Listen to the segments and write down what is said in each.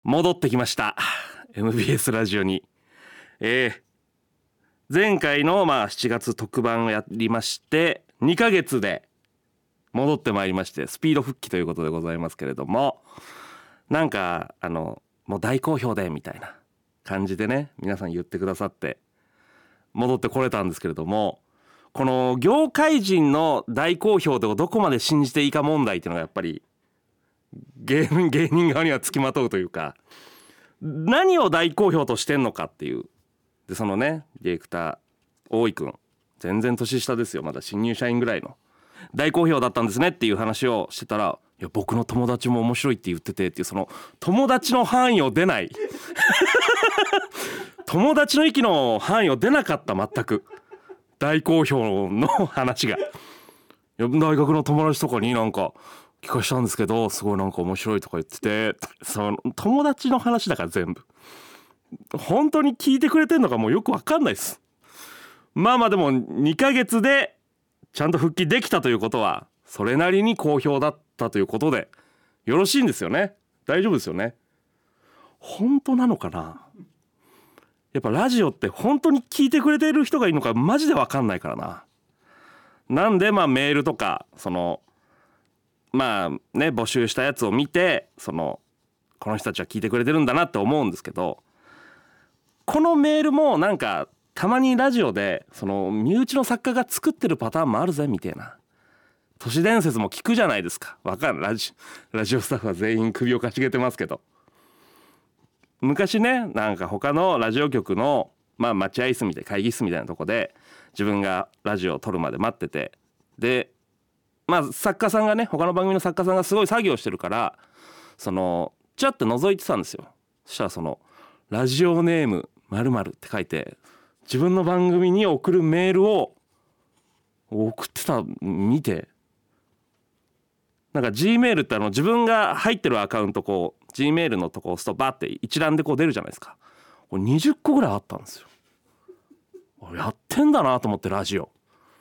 戻ってきました MBS ラジオに。前回の7月特番をやりまして2ヶ月で戻ってまいりまして、スピード復帰ということでございますけれども、なんかもう大好評でみたいな感じでね、皆さん言ってくださって戻ってこれたんですけれども、この業界人の大好評でをどこまで信じていいか問題っていうのがやっぱり芸人側にはつきまとうというか、何を大好評としてんのかっていう。でそのね、ディレクター大井くん、全然年下ですよ、まだ新入社員ぐらいの。大好評だったんですねっていう話をしてたら、いや僕の友達も面白いって言っててっていう、その友達の範囲を出ない友達の域の範囲を出なかった。全く大好評の話が、いや大学の友達とかになんか聞かしたんですけど、すごいなんか面白いとか言ってて、その友達の話だから全部本当に聞いてくれてんのかもうよく分かんないです。まあでも2ヶ月でちゃんと復帰できたということはそれなりに好評だったということでよろしいんですよね。大丈夫ですよね。本当なのかな。やっぱラジオって本当に聞いてくれている人がいるのかマジで分かんないからな。なんでメールとかその募集したやつを見て、この人たちは聞いてくれてるんだなって思うんですけど、このメールもなんかたまにラジオでその身内の作家が作ってるパターンもあるぜみたいな都市伝説も聞くじゃないですか。わかる。ラジオスタッフは全員首をかしげてますけど、昔ね、なんか他のラジオ局の待合室みたいな会議室みたいなとこで自分がラジオを撮るまで待ってて、で作家さんがね、他の番組の作家さんがすごい作業してるから、そのちょっと覗いてたんですよ。そしたらそのラジオネーム〇〇って書いて自分の番組に送るメールを送ってた見て、なんか Gmail って自分が入ってるアカウントGmail のとこ押すとバーって一覧で出るじゃないですか。これ20個ぐらいあったんですよ。やってんだなと思って、ラジオ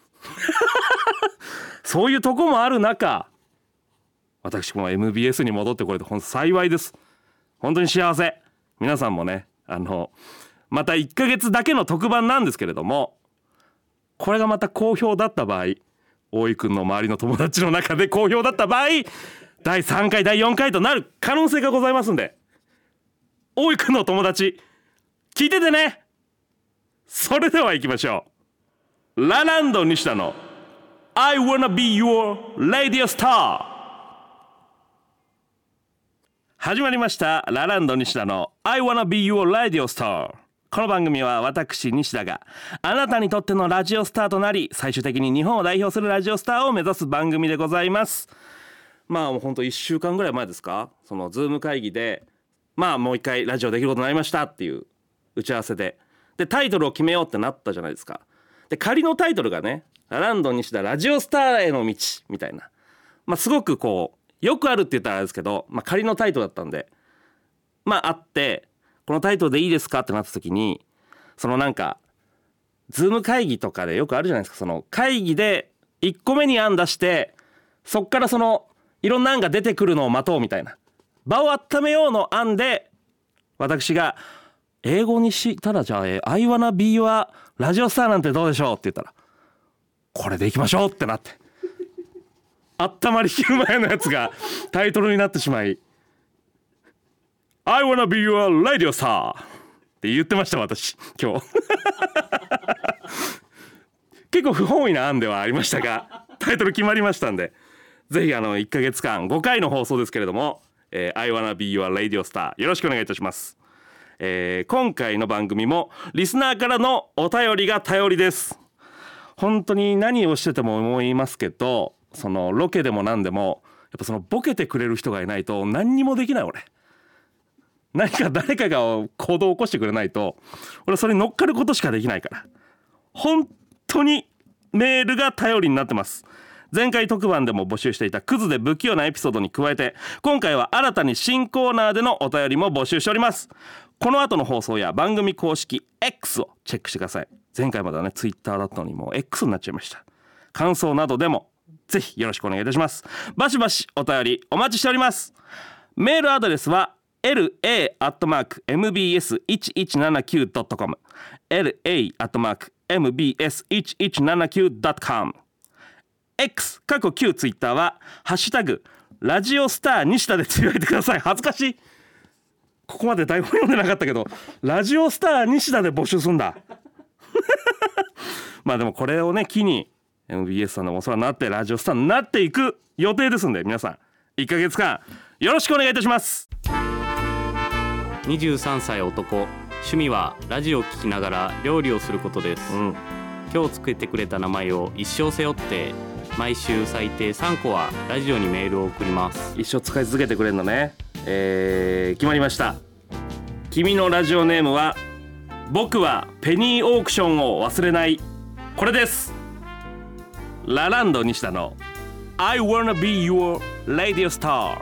そういうとこもある中、私この MBS に戻ってこれて本当幸いです。本当に幸せ。皆さんもね、また1ヶ月だけの特番なんですけれども、これがまた好評だった場合、大井くんの周りの友達の中で好評だった場合、第3回第4回となる可能性がございますんで、大井くんの友達聞いててね。それでは行きましょう。ラランド西田の I wanna be your radio star。 始まりました。ラランド西田の I wanna be your radio star。 この番組は私西田があなたにとってのラジオスターとなり、最終的に日本を代表するラジオスターを目指す番組でございます。もうほんと1週間ぐらい前ですか、そのズーム会議でもう一回ラジオできることになりましたっていう打ち合わせでタイトルを決めようってなったじゃないですか。で仮のタイトルがね、ラランド西田ラジオスターへの道みたいな、すごくよくあるって言ったらあれですけど、仮のタイトルだったんであって、このタイトルでいいですかってなった時に、そのなんかズーム会議とかでよくあるじゃないですか。その会議で1個目に案出して、そっからそのいろんな案が出てくるのを待とうみたいな、場を温めようの案で、私が英語にしたら、じゃあI wanna be your ラジオスターなんてどうでしょうって言ったら、これでいきましょうってなって、温まりきる前のやつがタイトルになってしまい、I wanna be your radio star って言ってました、私今日結構不本意な案ではありましたが、タイトル決まりましたんで、ぜひ1ヶ月間5回の放送ですけれども、I wanna be your radio star よろしくお願いいたします。今回の番組もリスナーからのお便りが頼りです。本当に何をしてても思いますけど、そのロケでも何でもやっぱそのボケてくれる人がいないと何にもできない。俺何か誰かが行動を起こしてくれないと俺それに乗っかることしかできないから、本当にメールが頼りになってます。前回特番でも募集していたクズで不器用なエピソードに加えて、今回は新たに新コーナーでのお便りも募集しております。この後の放送や番組公式 X をチェックしてください。前回まではね Twitter だったのにもう X になっちゃいました。感想などでもぜひよろしくお願いいたします。バシバシお便りお待ちしております。メールアドレスは la@mbs1179.com la@mbs1179.com X 過去旧ツイッターはハッシュタグラジオスター西田でつぶやいてください。恥ずかしい。ここまで台本読んでなかったけどラジオスター西田で募集すんだまあでもこれをね機に MBS さんのお世話になってラジオスターになっていく予定ですんで、皆さん1ヶ月間よろしくお願いいたします。 23歳男、趣味はラジオを聞きながら料理をすることです、今日つけてくれた名前を一生背負って毎週最低3個はラジオにメールを送ります。 一生使い続けてくれるのね。決まりました。君のラジオネームは僕はペニーオークションを忘れない、これです。ラランド西田の I wanna be your radio star。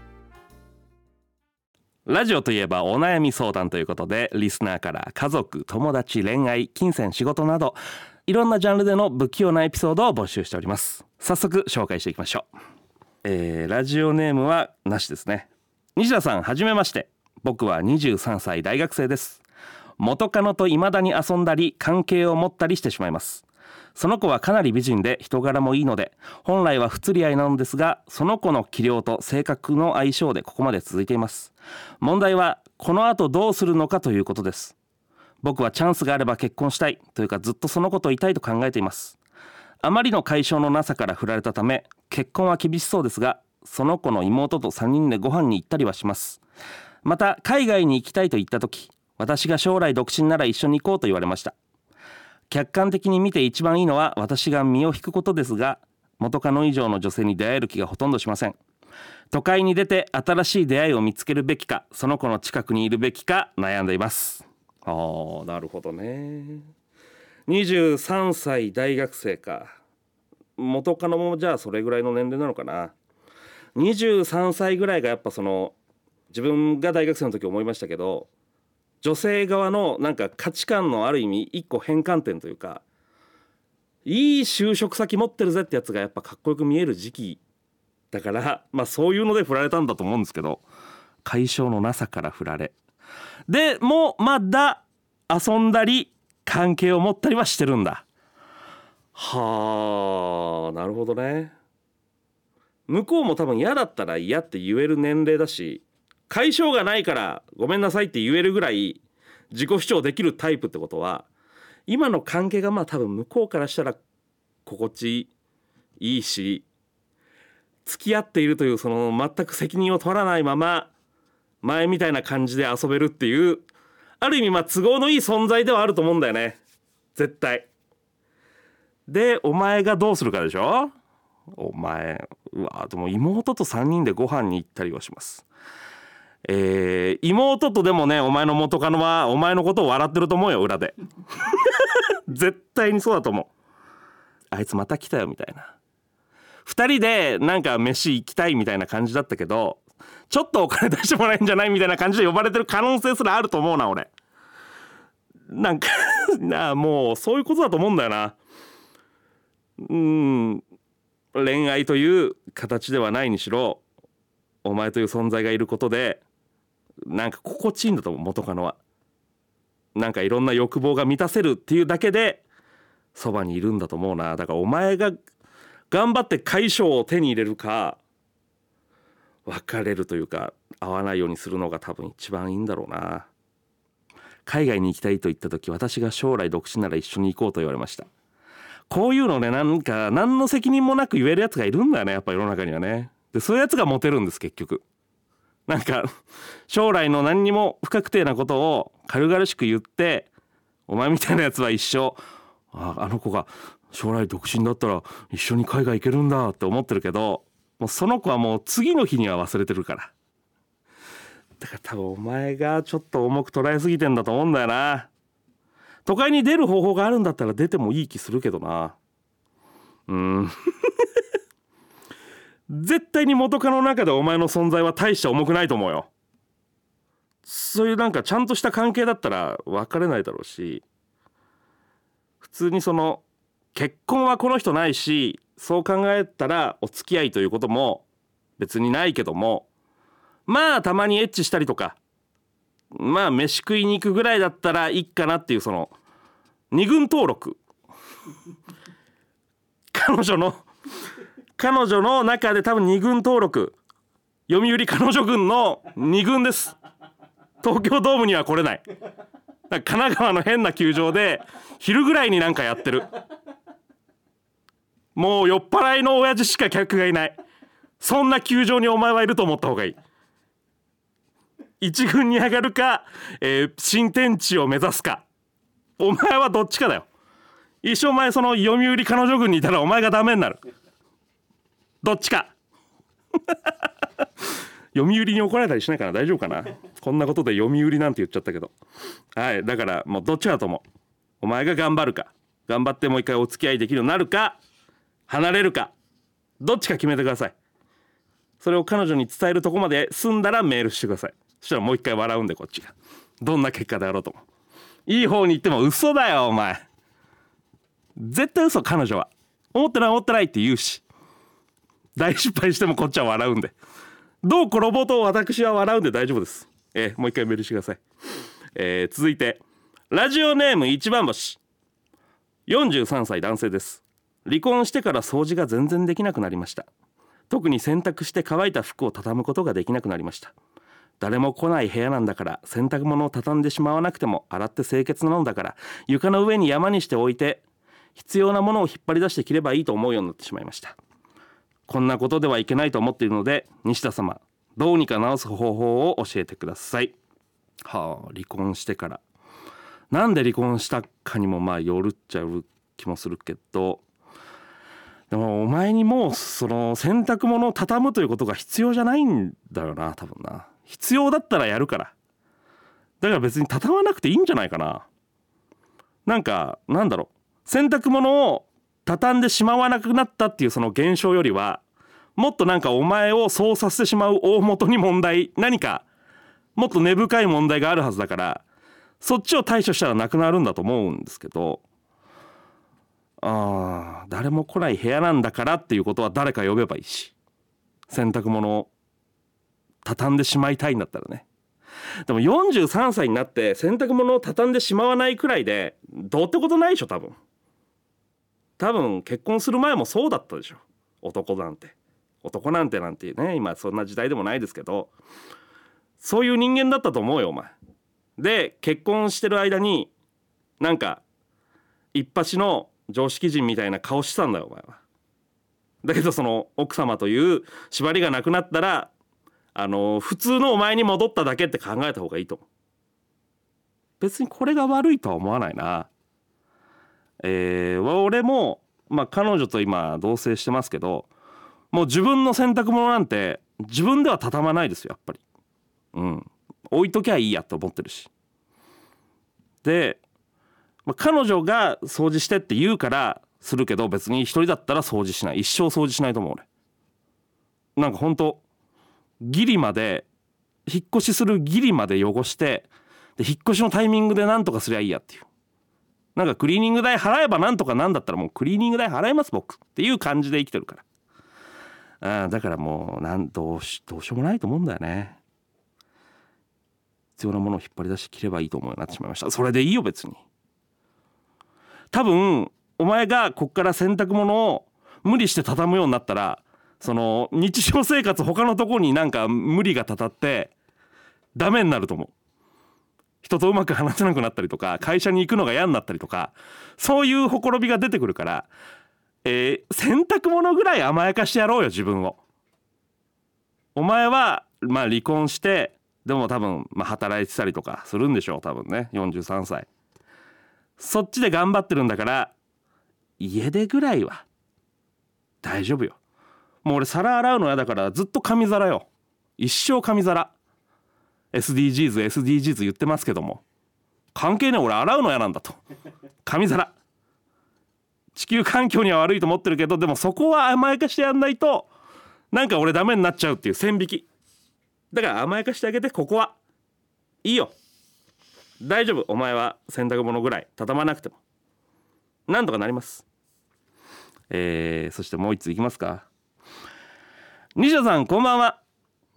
ラジオといえばお悩み相談ということで、リスナーから家族、友達、恋愛、金銭、仕事などいろんなジャンルでの不器用なエピソードを募集しております。早速紹介していきましょう。ラジオネームはなしですね。西田さん、はじめまして。僕は23歳大学生です。元カノと未だに遊んだり関係を持ったりしてしまいます。その子はかなり美人で人柄もいいので本来は不釣り合いなのですが、その子の器量と性格の相性でここまで続いています。問題はこの後どうするのかということです。僕はチャンスがあれば結婚したいというか、ずっとその子といたいと考えています。あまりの解消のなさから振られたため結婚は厳しそうですが、その子の妹と3人でご飯に行ったりはします。また海外に行きたいと言った時、私が将来独身なら一緒に行こうと言われました。客観的に見て一番いいのは私が身を引くことですが、元カノ以上の女性に出会える気がほとんどしません。都会に出て新しい出会いを見つけるべきか、その子の近くにいるべきか悩んでいます。なるほどね。23歳大学生か。元カノもじゃあそれぐらいの年齢なのかな。23歳ぐらいがやっぱその自分が大学生の時思いましたけど、女性側のなんか価値観のある意味一個変換点というか、いい就職先持ってるぜってやつがやっぱかっこよく見える時期だから、まあそういうので振られたんだと思うんですけど、解消のなさから振られでもまだ遊んだり関係を持ったりはしてるんだ。はあ、なるほどね。向こうも多分嫌だったら嫌って言える年齢だし、解消がないからごめんなさいって言えるぐらい自己主張できるタイプってことは、今の関係がまあ多分向こうからしたら心地いいし、付き合っているというその全く責任を取らないまま前みたいな感じで遊べるっていう、ある意味まあ都合のいい存在ではあると思うんだよね、絶対。でお前がどうするかでしょ。お前でも妹と3人でご飯に行ったりはします。妹とでもね、お前の元カノはお前のことを笑ってると思うよ、裏で絶対にそうだと思う。あいつまた来たよみたいな。2人でなんか飯行きたいみたいな感じだったけど、ちょっとお金出してもらえんじゃないみたいな感じで呼ばれてる可能性すらあると思うな、俺。なんかもうそういうことだと思うんだよな。恋愛という形ではないにしろ、お前という存在がいることでなんか心地いいんだと思う、元カノは。なんかいろんな欲望が満たせるっていうだけでそばにいるんだと思うな。だからお前が頑張って解消を手に入れるか、別れるというか会わないようにするのが多分一番いいんだろうな。海外に行きたいと言った時、私が将来独身なら一緒に行こうと言われました。こういうのね、なんか何の責任もなく言えるやつがいるんだよね、やっぱ世の中にはね。でそういうやつがモテるんです、結局。なんか将来の何にも不確定なことを軽々しく言って、お前みたいなやつは一生あの子が将来独身だったら一緒に海外行けるんだって思ってるけど、もうその子はもう次の日には忘れてるから。だから多分お前がちょっと重く捉えすぎてんだと思うんだよな。都会に出る方法があるんだったら出てもいい気するけどな。絶対に元カノの中でお前の存在は大して重くないと思うよ。そういうなんかちゃんとした関係だったら別れないだろうし、普通にその結婚はこの人ないし、そう考えたらお付き合いということも別にないけども、まあたまにエッチしたりとかまあ飯食いに行くぐらいだったらいいかなっていう、その二軍登録彼女の中で多分二軍登録、読売彼女軍の二軍です。東京ドームには来れない。神奈川の変な球場で昼ぐらいになんかやってる。もう酔っ払いの親父しか客がいない。そんな球場にお前はいると思った方がいい。一軍に上がるか、新天地を目指すか、お前はどっちかだよ。一生お前その読売彼女軍にいたらお前がダメになる。どっちか読売に怒られたりしないかな、大丈夫かな。こんなことで読売なんて言っちゃったけど、はい、だからもうどっちだと思う。お前が頑張るか、頑張ってもう一回お付き合いできるようになるか、離れるか、どっちか決めてください。それを彼女に伝えるとこまで済んだらメールしてください。そしたらもう一回笑うんで、こっちがどんな結果であろうとも。いい方に言っても嘘だよお前、絶対嘘。彼女は思ってないって言うし、大失敗してもこっちは笑うんで、どう転ぼうと私は笑うんで大丈夫です。もう一回メールしてください。続いてラジオネーム一番星、43歳男性です。離婚してから掃除が全然できなくなりました。特に洗濯して乾いた服を畳むことができなくなりました。誰も来ない部屋なんだから洗濯物を畳んでしまわなくても洗って清潔なのだから、床の上に山にしておいて必要なものを引っ張り出して着ればいいと思うようになってしまいました。こんなことではいけないと思っているので、西田様どうにか直す方法を教えてください。はあ、離婚してからなんで離婚したかにもまあよるっちゃよる気もするけど、でもお前にもうその洗濯物を畳むということが必要じゃないんだよな、多分な。必要だったらやるから、だから別に畳まなくていいんじゃないかな。なんかなんだろう、洗濯物を畳んでしまわなくなったっていうその現象よりは、もっとなんかお前をそうさせてしまう大元に問題、何かもっと根深い問題があるはずだから、そっちを対処したらなくなるんだと思うんですけど、誰も来ない部屋なんだからっていうことは誰か呼べばいいし、洗濯物を畳んでしまいたいんだったらね。でも43歳になって洗濯物を畳んでしまわないくらいでどうってことないでしょ。多分結婚する前もそうだったでしょ。男なんてね、今そんな時代でもないですけど、そういう人間だったと思うよお前。で結婚してる間になんか一発の常識人みたいな顔してたんだよお前は。だけどその奥様という縛りがなくなったら、普通のお前に戻っただけって考えた方がいいと思う。別にこれが悪いとは思わないな。俺も彼女と今同棲してますけど、もう自分の洗濯物なんて自分では畳まないですよやっぱり。置いときゃいいやと思ってるし。で、彼女が掃除してって言うからするけど、別に一人だったら掃除しない、一生掃除しないと思う俺。なんかほんとギリまで、引っ越しするギリまで汚して、で引っ越しのタイミングでなんとかすりゃいいやっていう、なんかクリーニング代払えばなんとかなんだったらもうクリーニング代払います僕っていう感じで生きてるから。だからもうどうしようもないと思うんだよね。必要なものを引っ張り出して着ればいいと思うようになってしまいました。それでいいよ別に。多分お前がこっから洗濯物を無理して畳むようになったら、その日常生活他のとこになんか無理がたたってダメになると思う。人とうまく話せなくなったりとか、会社に行くのが嫌になったりとか、そういうほころびが出てくるから、洗濯物ぐらい甘やかしてやろうよ自分を。お前は離婚してでも多分働いてたりとかするんでしょう多分ね。43歳そっちで頑張ってるんだから、家でぐらいは大丈夫よ。もう俺皿洗うの嫌だからずっと紙皿よ。一生紙皿。 SDGs 言ってますけども関係ねえ、俺洗うの嫌なんだと。紙皿。地球環境には悪いと思ってるけど、でもそこは甘やかしてやんないとなんか俺ダメになっちゃうっていう線引きだから、甘やかしてあげて。ここはいいよ大丈夫。お前は洗濯物ぐらい畳まなくてもなんとかなります。そしてもう一ついきますか。西田さんこんばんは。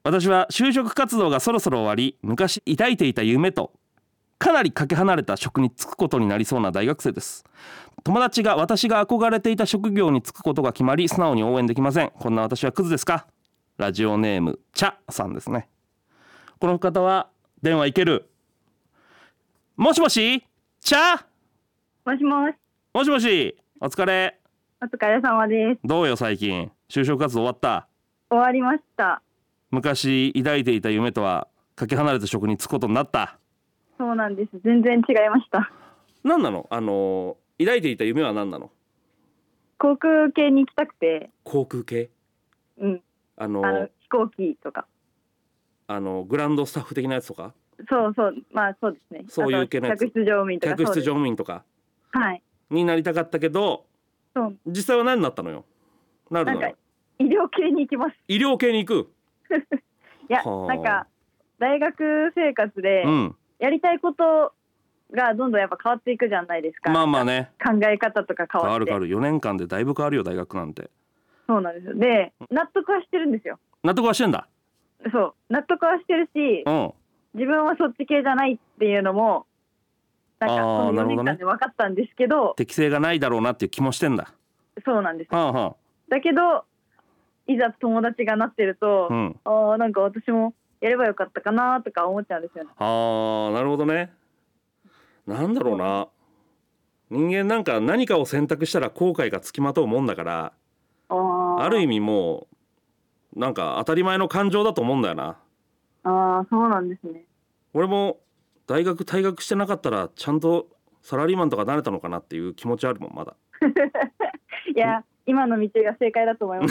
私は就職活動がそろそろ終わり、昔抱いていた夢とかなりかけ離れた職に就くことになりそうな大学生です。友達が私が憧れていた職業に就くことが決まり、素直に応援できません。こんな私はクズですか？ラジオネームチャさんですね。この方は電話いける？もしもし、チャ？ もしもし。 もしもし、お疲れ。 お疲れ様です。 どうよ最近、就職活動終わった？ 終わりました。 昔抱いていた夢とはかけ離れた職に就くことになった？ そうなんです。全然違いました。 何なの？抱いていた夢は何なの？ 航空系に行きたくて。 航空系？ うん。飛行機とか。 グランドスタッフ的なやつとか？ そうそう、まあそうですね。 そういう系のやつ。 客室乗務員とか。 客室乗務員とか。 はい。 になりたかったけど、 そう。 実際は何になったのよ？なるの？ なんか医療系に行きます。 医療系に行く？ いや、なんか大学生活でやりたいことがどんどんやっぱ変わっていくじゃないですか。 まあまあね。 考え方とか変わって。 変わる。4年間でだいぶ変わるよ、大学なんて。 そうなんですよ。で、納得はしてるんですよ。 納得はしてんだ。 そう、納得はしてるし、自分はそっち系じゃないっていうのもなんかその4年間で分かったんですけど、 適性がないだろうなっていう気もしてんだ。 そうなんです。だけどいざ友達がなってると、なんか私もやればよかったかなとか思っちゃうんですよね。 なるほどね。なんだろうな、人間なんか何かを選択したら後悔がつきまとうもんだから、ある意味もうなんか当たり前の感情だと思うんだよな。 そうなんですね。 俺も大学退学してなかったらちゃんとサラリーマンとかなれたのかなっていう気持ちあるもんまだ。 いや、今の道が正解だと思います。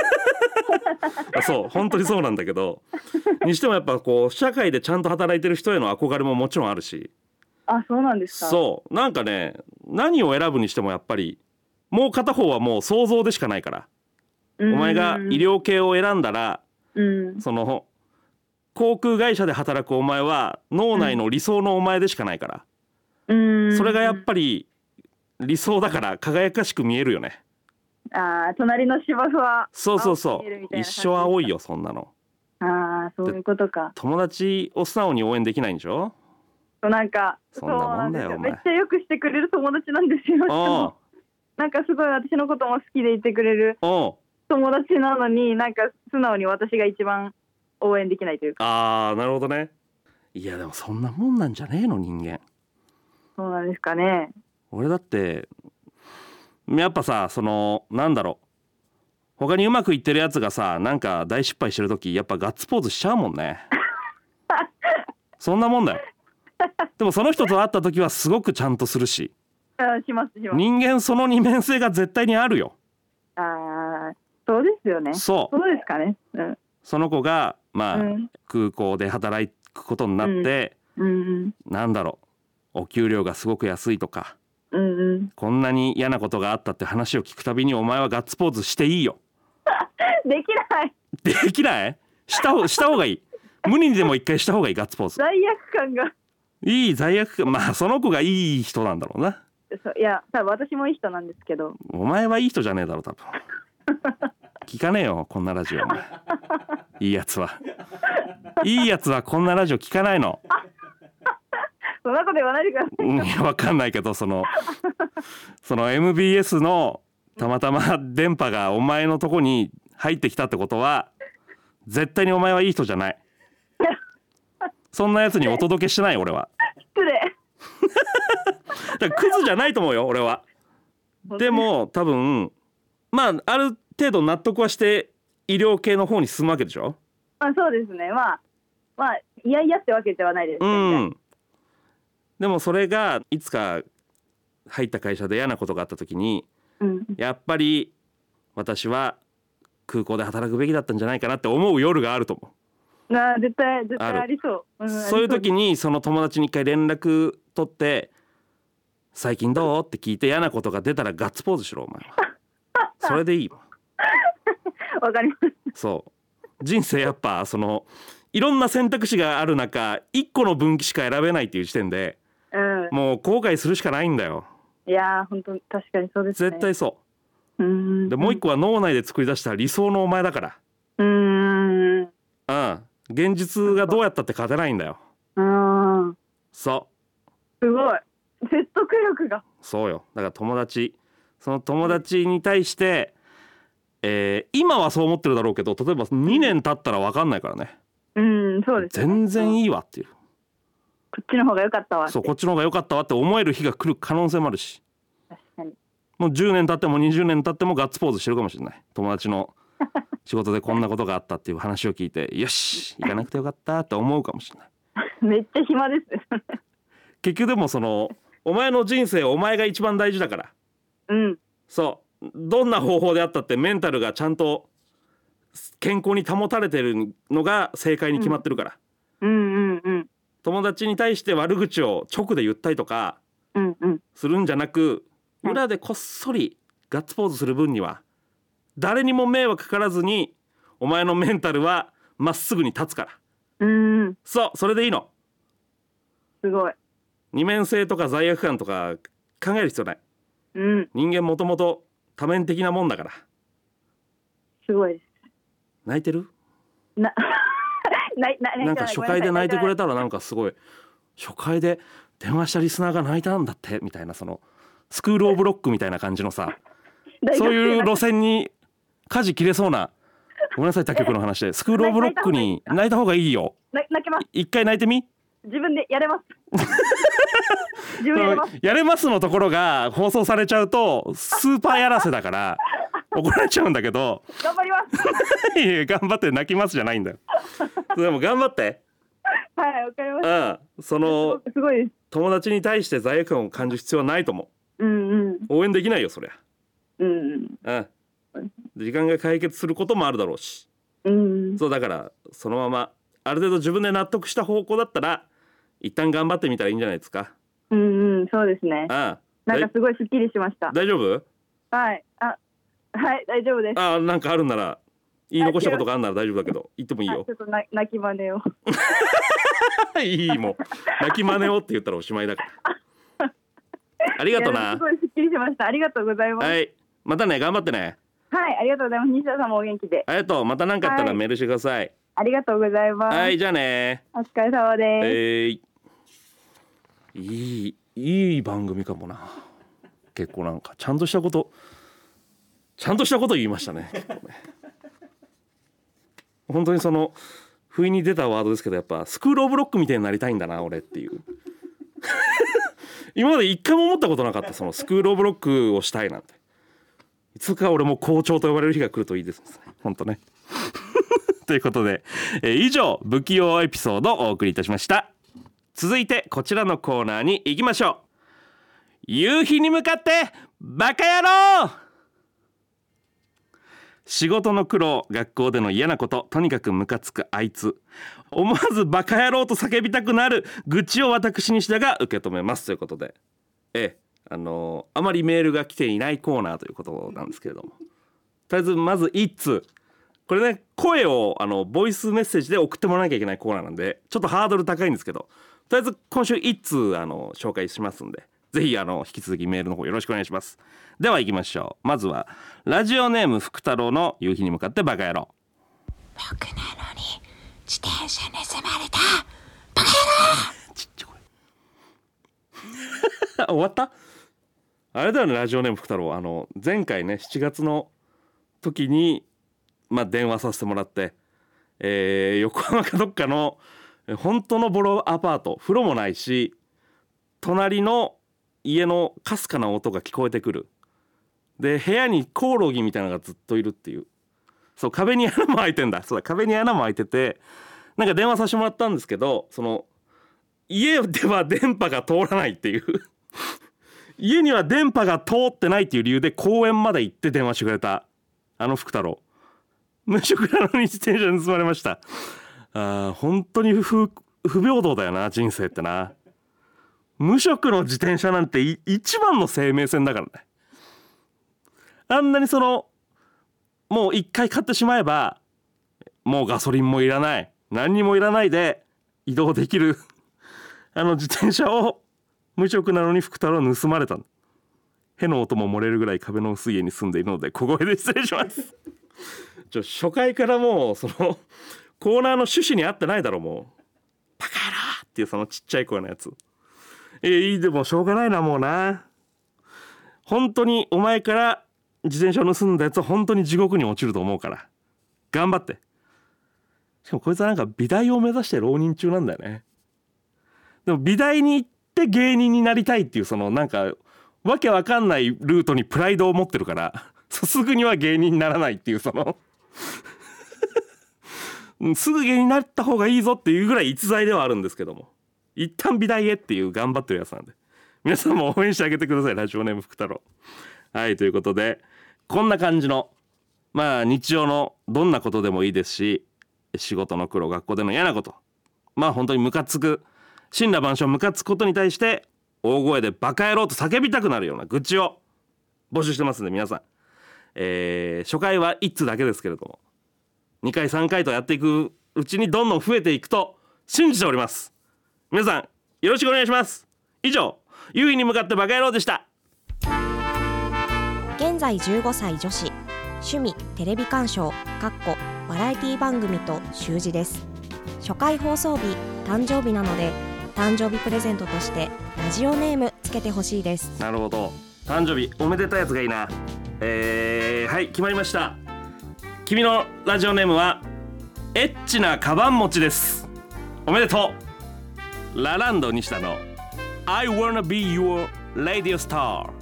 そう、本当にそうなんだけどにしてもやっぱこう社会でちゃんと働いてる人への憧れももちろんあるし。 そうなんですか。 そうなんかね、何を選ぶにしてもやっぱりもう片方はもう想像でしかないから。お前が医療系を選んだら、その航空会社で働くお前は脳内の理想のお前でしかないから、それがやっぱり理想だから輝かしく見えるよね。 隣の芝生はそう一生青いよそんなの。 そういうことか。 友達を素直に応援できないんでしょ？ なんかそんなもんだよ。 めっちゃよくしてくれる友達なんですよ。なんかすごい私のことも好きでいてくれる友達なのに、なんか素直に私が一番応援できないというか。 なるほどね。いやでもそんなもんなんじゃねえの人間。 そうなんですかね。 俺だってやっぱさ、そのなんだろう、他にうまくいってるやつがさ、なんか大失敗してる時やっぱガッツポーズしちゃうもんね。そんなもんだよ。でもその人と会った時はすごくちゃんとするし。 します。 人間その二面性が絶対にあるよ。 そうですよね。 そうですかね。 その子が空港で働くことになって、なんだろう、お給料がすごく安いとか、こんなに嫌なことがあったって話を聞くたびにお前はガッツポーズしていいよ。 できない。 できない？した方がいい。無理にでも一回した方がいい、ガッツポーズ。 罪悪感がいい。罪悪感、まあその子がいい人なんだろうな。 いや多分私もいい人なんですけど、 お前はいい人じゃねえだろ多分。聞かねえよこんなラジオ。いいやつはいいやつはこんなラジオ聞かないの。 そんなこと言わないでください。 わかんないけどそのMBS のたまたま電波がお前のとこに入ってきたってことは絶対にお前はいい人じゃない。そんなやつにお届けしてない俺は。 失礼。 だからクズじゃないと思うよ俺は。でも多分まあある程度納得はして医療系の方に進むわけでしょ。 そうですね。まあいやいやってわけではないです、ね。 でもそれがいつか入った会社で嫌なことがあった時に、やっぱり私は空港で働くべきだったんじゃないかなって思う夜があると思う。 絶対ありそう。 そういう時にその友達に一回連絡取って最近どうって聞いて嫌なことが出たらガッツポーズしろお前は。それでいいもん。 わかります。 そう人生やっぱそのいろんな選択肢がある中一個の分岐しか選べないっていう時点で、もう後悔するしかないんだよ。 いや本当確かにそうですね。 絶対そう。でもう一個は脳内で作り出した理想のお前だから。 現実がどうやったって勝てないんだよ。そうすごい説得力が。 そうよ。だからその友達に対して、今はそう思ってるだろうけど、例えば2年経ったら分かんないからね。 そうですね。 全然いいわっていう、 こっちの方が良かったわって。 そう、こっちの方が良かったわって思える日が来る可能性もあるし、 確かに。 もう10年経っても20年経ってもガッツポーズしてるかもしれない。友達の仕事でこんなことがあったっていう話を聞いてよし行かなくてよかったって思うかもしれない。 めっちゃ暇ですね。 結局でもお前の人生お前が一番大事だから、そうどんな方法であったってメンタルがちゃんと健康に保たれてるのが正解に決まってるから、友達に対して悪口を直で言ったりとかするんじゃなく、裏でこっそりガッツポーズする分には誰にも迷惑かからずにお前のメンタルはまっすぐに立つから、そうそれでいいの。 すごい。 二面性とか罪悪感とか考える必要ない、人間もともと多面的なもんだから。 すごいです。 泣いてる？ なんか初回で泣いてくれたらなんかすごい、初回で電話したリスナーが泣いたんだってみたいな、スクールオブロックみたいな感じのさそういう路線に舵切れそうな。ごめんなさい他局の話で。スクールオブロックに泣いた方がいいよ。 泣けます。 一回泣いてみ。 自分でやれます自分やれます。 やれますのところが放送されちゃうとスーパーやらせだから怒られちゃうんだけど頑張りますいや頑張って泣きますじゃないんだよでも頑張って。 はいわかりました。 すごいです。友達に対して罪悪感を感じる必要はないと思う。応援できないよそりゃ。時間が解決することもあるだろうし、そうだからそのままある程度自分で納得した方向だったら一旦頑張ってみたらいいんじゃないですか。 そうですね。なんかすごいスッキリしました。 大丈夫？はい大丈夫です。 なんかあるなら言い残したことがあるなら大丈夫だけど言ってもいいよ。 ちょっと泣き真似をいいもう泣き真似をって言ったらおしまいだからありがとな。 すごいスッキリしました。ありがとうございます。 はいまたね頑張ってね。 はいありがとうございます。西田さんもお元気で。 ありがとう。また何かあったらメールしてください。 ありがとうございます。 はいじゃあね。 お疲れ様です。 いい番組かもな。結構なんかちゃんとしたこと言いましたね。結構ね本当に不意に出たワードですけど、やっぱスクールオブロックみたいになりたいんだな俺っていう今まで一回も思ったことなかった。スクールオブロックをしたいなんて。いつか俺も校長と呼ばれる日が来るといいですね本当ねということで、以上不器用エピソードをお送りいたしました。続いてこちらのコーナーに行きましょう。夕日に向かってバカ野郎。仕事の苦労、学校での嫌なこと、とにかくムカつくあいつ、思わずバカ野郎と叫びたくなる愚痴を私西田が受け止めますということで、あまりメールが来ていないコーナーということなんですけれども、とりあえずまず1通、これね声をボイスメッセージで送ってもらわなきゃいけないコーナーなんでちょっとハードル高いんですけど、とりあえず今週1通紹介しますんで、ぜひ引き続きメールの方よろしくお願いします。では行きましょう。まずはラジオネーム福太郎の夕日に向かってバカ野郎。 僕なのに自転車盗まれたバカ野郎。 ちっちゃい声終わった。あれだよね、ラジオネーム福太郎。前回ね7月の時に電話させてもらって、横浜かどっかの本当のボロアパート、風呂もないし隣の家のかすかな音が聞こえてくる。で部屋にコオロギみたいなのがずっといるっていう。そう壁に穴も開いてんだ。そうだ壁に穴も開いてて、なんか電話させてもらったんですけど、家では電波が通らないっていう家には電波が通ってないっていう理由で公園まで行って電話してくれた福太郎。無職なのに自転車盗まれました。本当に不平等だよな人生ってな。無職の自転車なんて一番の生命線だからね。あんなにもう一回買ってしまえばもうガソリンもいらない何にもいらないで移動できる自転車を無職なのに福太郎盗まれた。への音も漏れるぐらい壁の薄い家に住んでいるので小声で失礼します初回からもうコーナーの趣旨に合ってないだろもう。バカ野郎っていうそのちっちゃい声のやつ。でもしょうがないなもうな。本当にお前から自転車を盗んだやつは本当に地獄に落ちると思うから頑張って。しかもこいつはなんか美大を目指して浪人中なんだよね。でも美大に行って芸人になりたいっていうそのなんかわけわかんないルートにプライドを持ってるからすぐには芸人にならないっていうそのすぐ芸人になった方がいいぞっていうぐらい逸材ではあるんですけども、一旦美大へっていう頑張ってるやつなんで皆さんも応援してあげてください。ラジオネーム福太郎。はい、ということでこんな感じの日常のどんなことでもいいですし、仕事の苦労、学校での嫌なこと、本当にムカつく、森羅万象ムカつくことに対して大声でバカ野郎と叫びたくなるような愚痴を募集してますんで皆さん、初回は1通だけですけれども2回3回とやっていくうちにどんどん増えていくと信じております。皆さんよろしくお願いします。以上、優位に向かってバカ野郎でした。 現在15歳女子、趣味テレビ鑑賞バラエティ番組と習字です。初回放送日誕生日なので誕生日プレゼントとしてラジオネームつけてほしいです。 なるほど、誕生日おめでたいやつがいいな。はい、決まりました。君のラジオネームはエッチなカバン持ちです。おめでとう。ラランド西田の I wanna be your radio star。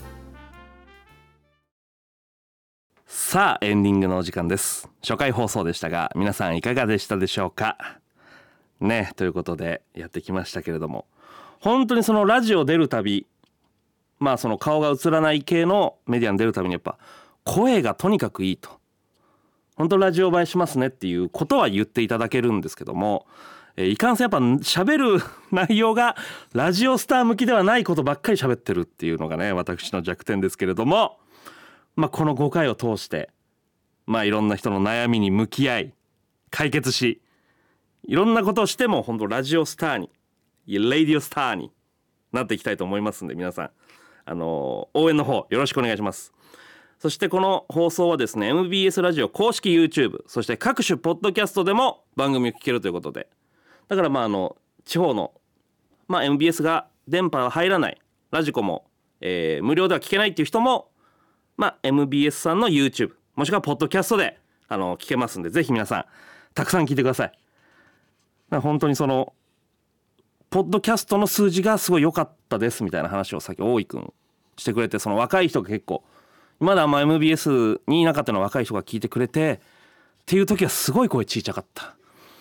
さあエンディングのお時間です。初回放送でしたが皆さんいかがでしたでしょうかね。ということでやってきましたけれども、本当にそのラジオ出るたび、その顔が映らない系のメディアに出るたびにやっぱ声がとにかくいいと、本当ラジオ映えしますねっていうことは言っていただけるんですけども、いかんせんやっぱ喋る内容がラジオスター向きではないことばっかり喋ってるっていうのがね私の弱点ですけれども、この5回を通していろんな人の悩みに向き合い解決し、いろんなことをしても本当ラジオスターに、レディオスターになっていきたいと思いますんで皆さん応援の方よろしくお願いします。そしてこの放送はですね MBS ラジオ公式 YouTube そして各種ポッドキャストでも番組を聞けるということで、だから地方の、MBS が電波が入らないラジコも、無料では聞けないっていう人も、MBS さんの YouTube もしくはポッドキャストで聞けますんで、ぜひ皆さんたくさん聞いてください。本当にそのポッドキャストの数字がすごい良かったですみたいな話をさっき大井くんしてくれて、その若い人が結構まだMBS にいなかったの若い人が聞いてくれてっていう時はすごい声ちいちゃかった。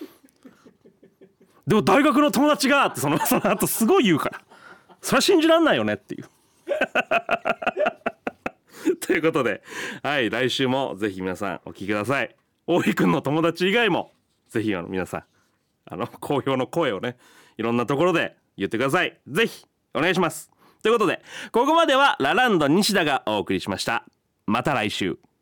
でも大学の友達がってその後すごい言うから、それは信じらんないよねっていうということで、はい、来週もぜひ皆さんお聞きください。大井くんの友達以外もぜひ皆さん好評の声をねいろんなところで言ってください。ぜひお願いします。ということでここまではラランド西田がお送りしました。また来週。